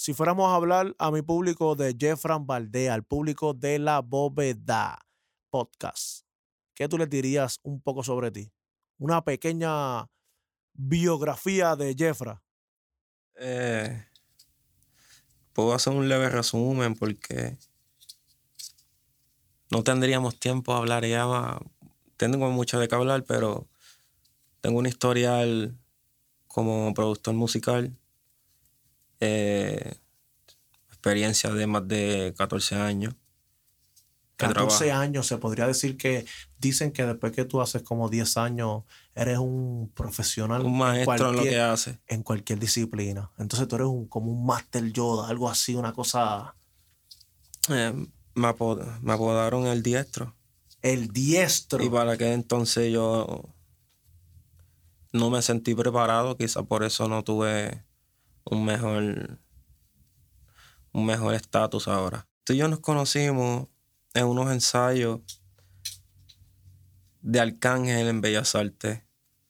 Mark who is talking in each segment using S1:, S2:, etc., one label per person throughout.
S1: Si fuéramos a hablar a mi público de Jeffran Valdez, al público de La Bóveda Podcast, ¿qué tú les dirías un poco sobre ti? Una pequeña biografía de Jeffra.
S2: Eh, Puedo hacer un leve resumen porque no tendríamos tiempo a hablar ya. Tengo mucho de qué hablar, pero tengo un historial como productor musical, experiencia de más de 14 años.
S1: 14 años, se podría decir que dicen que después que tú haces como 10 años, eres un profesional.
S2: Un maestro en lo que hace.
S1: En cualquier disciplina. Entonces tú eres como un Master Yoda, algo así, una cosa.
S2: Me apodaron el diestro.
S1: El diestro.
S2: Y para que entonces yo no me sentí preparado, quizá por eso no tuve un mejor estatus ahora. Tú y yo nos conocimos en unos ensayos de Arcángel en Bellas Artes.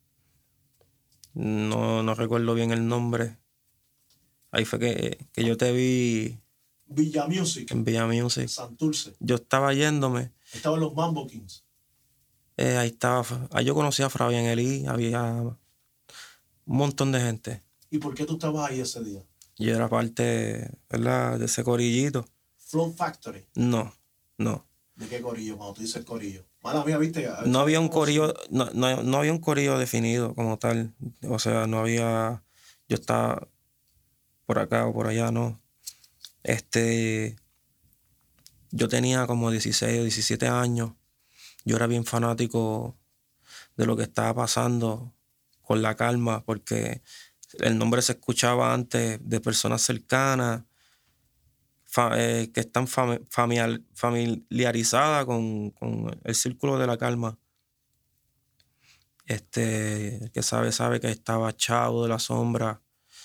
S2: No recuerdo bien el nombre. Ahí fue que yo te vi.
S1: Villa Music.
S2: En Villa Music.
S1: Santurce.
S2: Yo estaba yéndome.
S1: Estaban los Mambo Kings.
S2: Ahí estaba. Ahí yo conocía a Fabián Elí. Había un montón de gente.
S1: ¿Y por qué tú estabas ahí ese día?
S2: Yo era parte, ¿verdad?, de ese corillito.
S1: Flow Factory.
S2: No.
S1: ¿De qué corillo? Cuando tú dices corillo. Mala mía, ¿viste?
S2: No había un corillo, no había un corillo definido como tal. O sea, no había. Yo estaba por acá o por allá, no. Yo tenía como 16 o 17 años. Yo era bien fanático de lo que estaba pasando con La Calma, porque el nombre se escuchaba antes de personas cercanas, que están familiarizadas con el círculo de La Calma. El que sabe que estaba Chavo de la Sombra.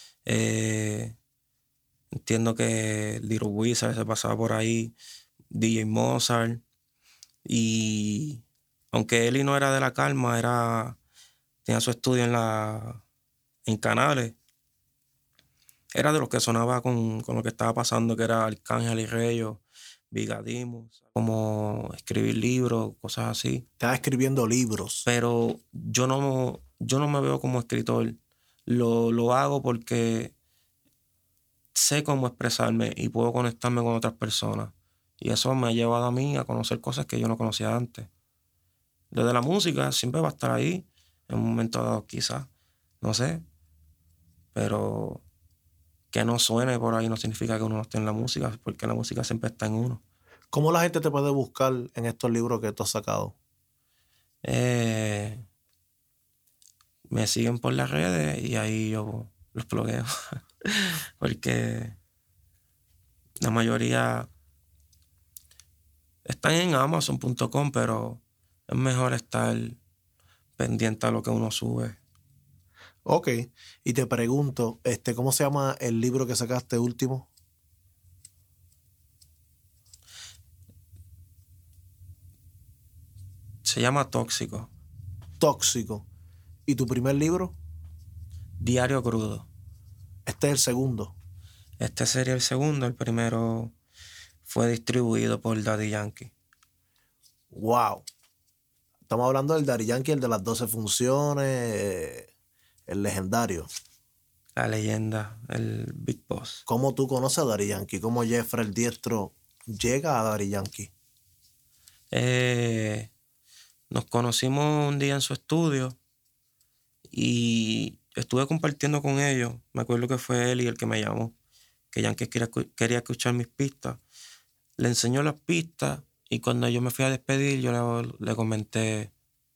S2: Entiendo que Little Wizard se pasaba por ahí, DJ Mozart. Y aunque Eli no era de La Calma, tenía su estudio en Canales, era de los que sonaba con lo que estaba pasando, que era Arcángel y Reyo, Vigadimus, como escribir libros, cosas así.
S1: Estaba escribiendo libros.
S2: Pero yo no me veo como escritor. Lo hago porque sé cómo expresarme y puedo conectarme con otras personas. Y eso me ha llevado a mí a conocer cosas que yo no conocía antes. Desde la música siempre va a estar ahí, en un momento dado quizás, no sé. Pero que no suene por ahí no significa que uno no esté en la música, porque la música siempre está en uno.
S1: ¿Cómo la gente te puede buscar en estos libros que tú has sacado?
S2: Me siguen por las redes y ahí yo los plugueo. Porque la mayoría están en Amazon.com, pero es mejor estar pendiente a lo que uno sube.
S1: Ok. Y te pregunto, ¿cómo se llama el libro que sacaste último?
S2: Se llama Tóxico.
S1: Tóxico. ¿Y tu primer libro?
S2: Diario Crudo.
S1: Este es el segundo.
S2: Este sería el segundo. El primero fue distribuido por Daddy Yankee.
S1: Wow. Estamos hablando del Daddy Yankee, el de las 12 funciones, el legendario.
S2: La leyenda, el Big Boss.
S1: ¿Cómo tú conoces a Daddy Yankee? ¿Cómo Jeffrey el Diestro llega a Daddy Yankee?
S2: Nos conocimos un día en su estudio y estuve compartiendo con ellos. Me acuerdo que fue él y el que me llamó, que Yankee quería escuchar mis pistas. Le enseñó las pistas y cuando yo me fui a despedir, yo le comenté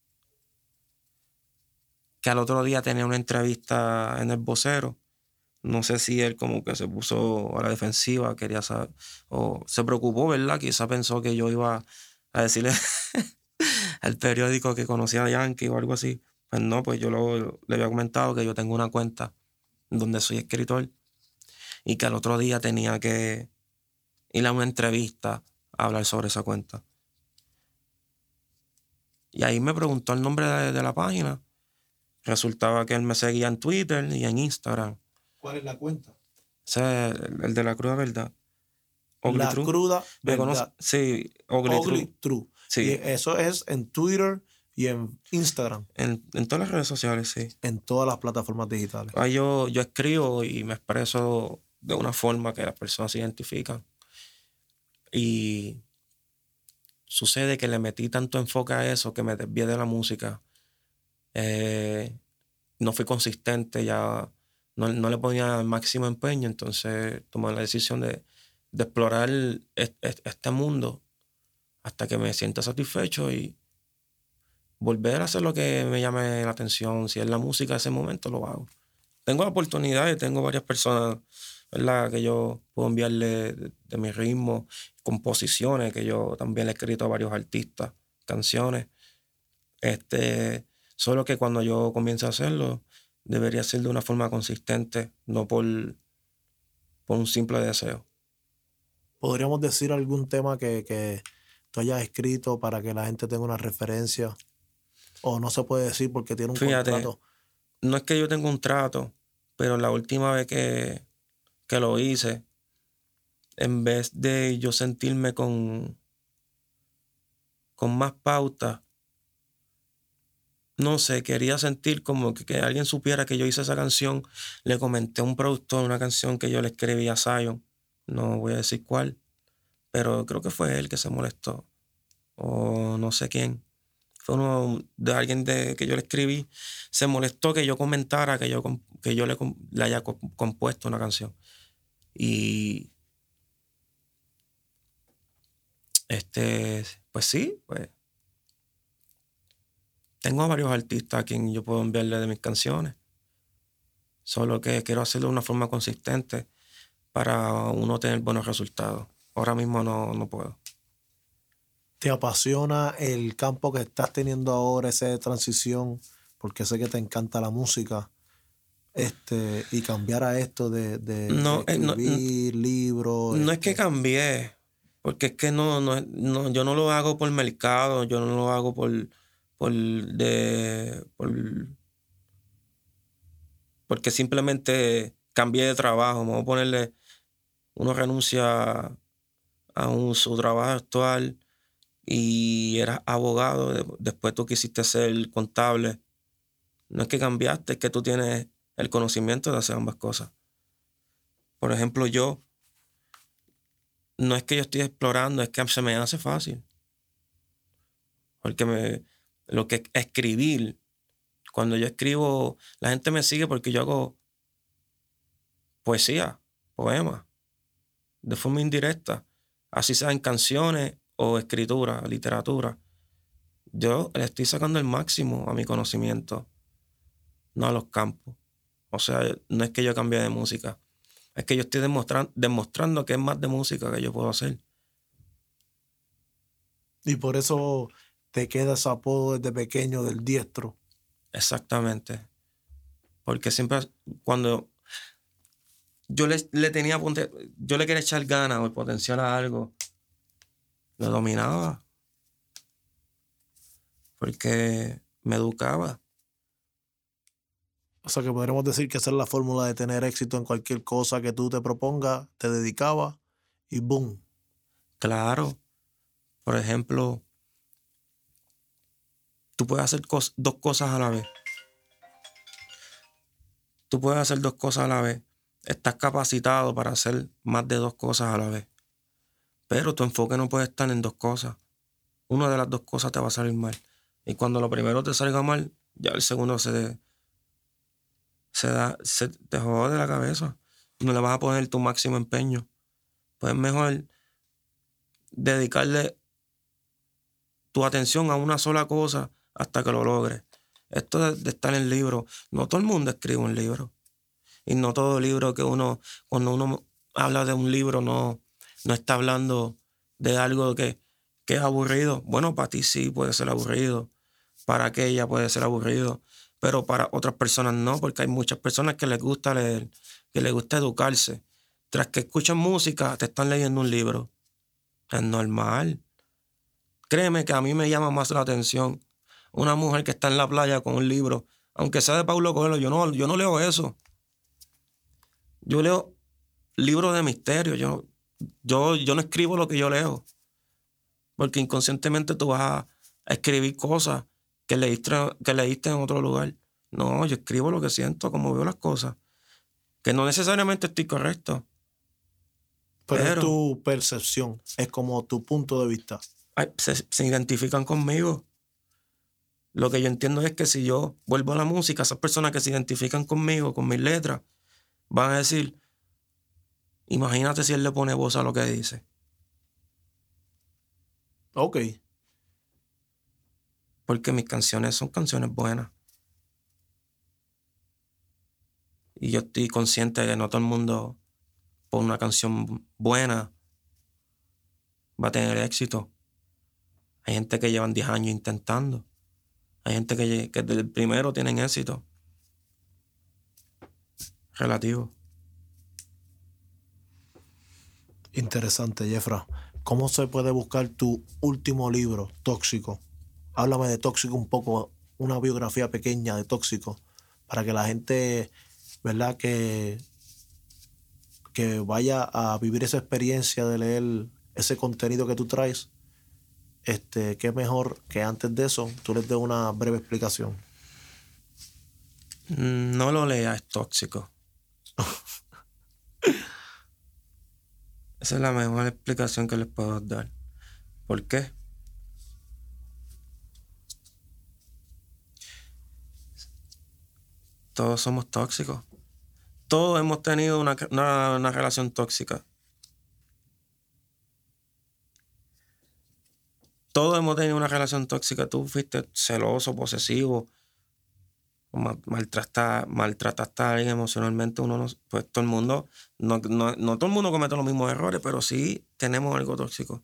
S2: que al otro día tenía una entrevista en El Vocero. No sé si él como que se puso a la defensiva, quería saber, o se preocupó, ¿verdad? Quizá pensó que yo iba a decirle al periódico que conocía a Yankee o algo así. Pues no, pues yo le había comentado que yo tengo una cuenta donde soy escritor y que al otro día tenía que ir a una entrevista a hablar sobre esa cuenta. Y ahí me preguntó el nombre de la página. Resultaba que él me seguía en Twitter y en Instagram.
S1: ¿Cuál es la cuenta?
S2: Ese es el de la cruda verdad. Ugly
S1: La
S2: True.
S1: cruda
S2: ¿Me conoces?
S1: verdad.
S2: Sí, Ugly
S1: Ugly
S2: True.
S1: True.
S2: Sí.
S1: Y eso es en Twitter y en Instagram.
S2: En todas las redes sociales, sí.
S1: En todas las plataformas digitales.
S2: Ahí yo escribo y me expreso de una forma que las personas se identifican. Y sucede que le metí tanto enfoque a eso que me desvié de la música. No fui consistente, ya no le ponía el máximo empeño, entonces tomé la decisión de explorar este mundo hasta que me sienta satisfecho y volver a hacer lo que me llame la atención. Si es la música de ese momento, lo hago. Tengo oportunidades, tengo varias personas, ¿verdad?, que yo puedo enviarle de mi ritmo, composiciones, que yo también le he escrito a varios artistas, canciones. Solo que cuando yo comience a hacerlo, debería ser de una forma consistente, no por un simple deseo.
S1: ¿Podríamos decir algún tema que tú hayas escrito para que la gente tenga una referencia? ¿O no se puede decir porque tiene un
S2: Fíjate,
S1: contrato?
S2: no es que yo tenga un trato, pero la última vez que lo hice, en vez de yo sentirme con más pautas, no sé, quería sentir como que alguien supiera que yo hice esa canción. Le comenté a un productor una canción que yo le escribí a Zion, no voy a decir cuál, pero creo que fue él que se molestó, o no sé quién. Fue uno de alguien que yo le escribí, se molestó que yo comentara que yo le haya compuesto una canción. Y pues sí, pues tengo a varios artistas a quien yo puedo enviarle de mis canciones. Solo que quiero hacerlo de una forma consistente para uno tener buenos resultados. Ahora mismo no puedo.
S1: ¿Te apasiona el campo que estás teniendo ahora, esa de transición? Porque sé que te encanta la música. Y cambiar a esto de
S2: No,
S1: escribir libros.
S2: no es que cambié, porque es que yo no lo hago por mercado, yo no lo hago porque simplemente cambié de trabajo. Vamos a ponerle, uno renuncia a su trabajo actual y eras abogado, después tú quisiste ser contable. No es que cambiaste, es que tú tienes el conocimiento de hacer ambas cosas. Por ejemplo, no es que yo estoy explorando, es que se me hace fácil. Porque lo que escribir, cuando yo escribo, la gente me sigue porque yo hago poesía, poemas, de forma indirecta, así sea en canciones o escritura, literatura. Yo le estoy sacando el máximo a mi conocimiento, no a los campos. O sea, no es que yo cambie de música, es que yo estoy demostrando que es más de música que yo puedo hacer.
S1: Y por eso te queda ese apodo desde pequeño del diestro.
S2: Exactamente. Porque siempre cuando yo le quería echar ganas o el potencial a algo, lo dominaba. Porque me educaba.
S1: O sea que podríamos decir que esa es la fórmula de tener éxito en cualquier cosa que tú te propongas, te dedicabas y boom.
S2: Claro. Por ejemplo, tú puedes hacer dos cosas a la vez. Tú puedes hacer dos cosas a la vez. Estás capacitado para hacer más de dos cosas a la vez. Pero tu enfoque no puede estar en dos cosas. Una de las dos cosas te va a salir mal. Y cuando lo primero te salga mal, ya el segundo se te jode de la cabeza. No le vas a poner tu máximo empeño. Pues mejor dedicarle tu atención a una sola cosa hasta que lo logres. Esto de estar en libro, no todo el mundo escribe un libro. Y no todo libro cuando uno habla de un libro, no está hablando de algo que es aburrido. Bueno, para ti sí puede ser aburrido, para aquella puede ser aburrido, pero para otras personas no, porque hay muchas personas que les gusta leer, que les gusta educarse. Tras que escuchan música, te están leyendo un libro. Es normal. Créeme que a mí me llama más la atención una mujer que está en la playa con un libro, aunque sea de Paulo Coelho. Yo no leo eso. Yo leo libros de misterio. Yo no escribo lo que yo leo. Porque inconscientemente tú vas a escribir cosas que leíste en otro lugar. No, yo escribo lo que siento, como veo las cosas. Que no necesariamente estoy correcto.
S1: Pero es
S2: Pero
S1: tu percepción, es como tu punto de vista.
S2: se identifican conmigo. Lo que yo entiendo es que si yo vuelvo a la música, esas personas que se identifican conmigo, con mis letras, van a decir, imagínate si él le pone voz a lo que dice.
S1: Ok.
S2: Porque mis canciones son canciones buenas. Y yo estoy consciente de que no todo el mundo, por una canción buena, va a tener éxito. Hay gente que llevan 10 años intentando. Hay gente que desde el primero tienen éxito. Relativo.
S1: Interesante, Jeffra. ¿Cómo se puede buscar tu último libro, Tóxico? Háblame de Tóxico un poco, una biografía pequeña de Tóxico, para que la gente, ¿verdad?, que vaya a vivir esa experiencia de leer ese contenido que tú traes. Qué mejor que antes de eso tú les des una breve explicación.
S2: No lo leas, es tóxico. Esa es la mejor explicación que les puedo dar. ¿Por qué? Todos somos tóxicos. Todos hemos tenido una relación tóxica. Todos hemos tenido una relación tóxica. Tú fuiste celoso, posesivo, maltrataste a alguien emocionalmente. Pues todo el mundo, no todo el mundo comete los mismos errores, pero sí tenemos algo tóxico.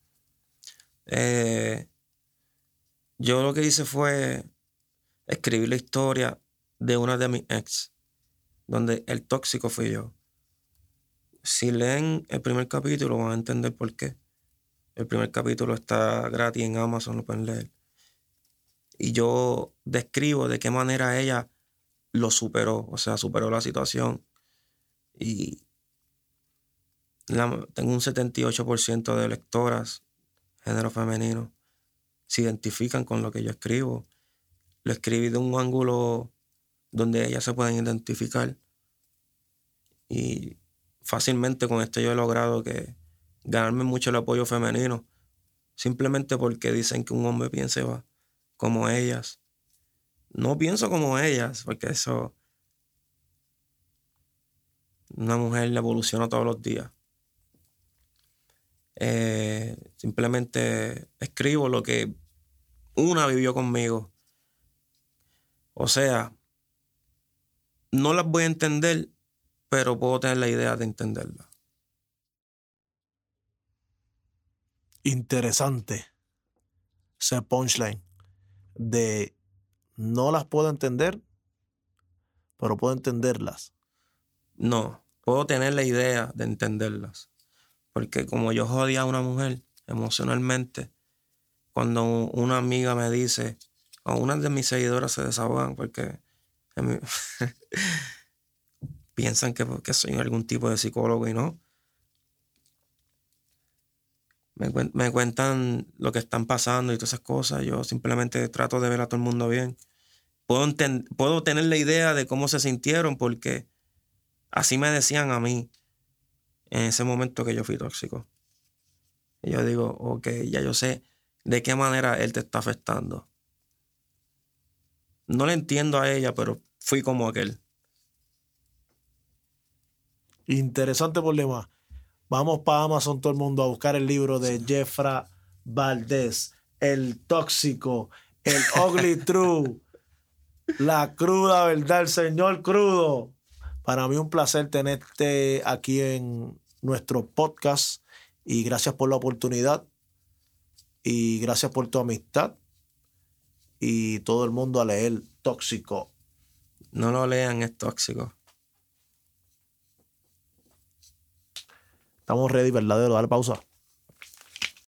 S2: Yo lo que hice fue escribir la historia de una de mis ex, donde el tóxico fui yo. Si leen el primer capítulo van a entender por qué. El primer capítulo está gratis en Amazon, lo pueden leer. Y yo describo de qué manera ella lo superó, o sea, superó la situación. Y tengo un 78% de lectoras, género femenino, se identifican con lo que yo escribo. Lo escribí de un ángulo donde ellas se pueden identificar. Y fácilmente con esto yo he logrado ganarme mucho el apoyo femenino, simplemente porque dicen que un hombre piense como ellas. No pienso como ellas, porque eso, una mujer evoluciona todos los días. Simplemente escribo lo que una vivió conmigo. O sea, no las voy a entender, pero puedo tener la idea de entenderlas.
S1: Interesante ese punchline de no las puedo entender, pero puedo entenderlas.
S2: No, puedo tener la idea de entenderlas. Porque como yo jodía a una mujer emocionalmente, cuando una amiga me dice, o una de mis seguidoras se desahogan porque piensan que soy algún tipo de psicólogo y no. Me cuentan lo que están pasando y todas esas cosas. Yo simplemente trato de ver a todo el mundo bien. Puedo tener la idea de cómo se sintieron porque así me decían a mí en ese momento que yo fui tóxico. Y yo digo, ok, ya yo sé de qué manera él te está afectando. No le entiendo a ella, pero fui como aquel.
S1: Interesante problema. Vamos para Amazon todo el mundo a buscar el libro de Jeffra Valdez, El Tóxico, El Ugly True, La Cruda Verdad, el Señor Crudo. Para mí un placer tenerte aquí en nuestro podcast y gracias por la oportunidad y gracias por tu amistad y todo el mundo a leer Tóxico.
S2: No lo lean, es tóxico.
S1: Estamos ready, verdadero. Dale pausa.